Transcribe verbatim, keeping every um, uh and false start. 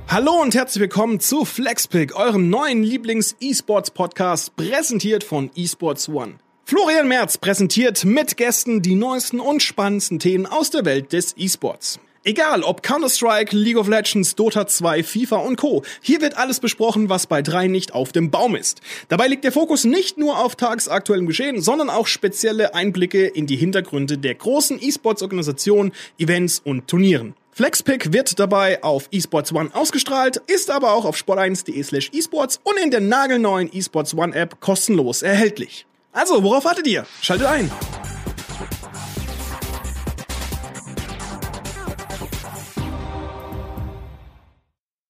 Hallo und herzlich willkommen zu FlexPick, eurem neuen Lieblings-E-Sports-Podcast, präsentiert von eSports One. Florian Merz präsentiert mit Gästen die neuesten und spannendsten Themen aus der Welt des E-Sports. Egal ob Counter-Strike, League of Legends, Dota zwei, FIFA und Co. Hier wird alles besprochen, was bei drei nicht auf dem Baum ist. Dabei liegt der Fokus nicht nur auf tagesaktuellem Geschehen, sondern auch spezielle Einblicke in die Hintergründe der großen E-Sports-Organisationen, Events und Turnieren. FlexPick wird dabei auf eSports One ausgestrahlt, ist aber auch auf sport eins punkt de slash esports und in der nagelneuen eSports One App kostenlos erhältlich. Also, worauf wartet ihr? Schaltet ein!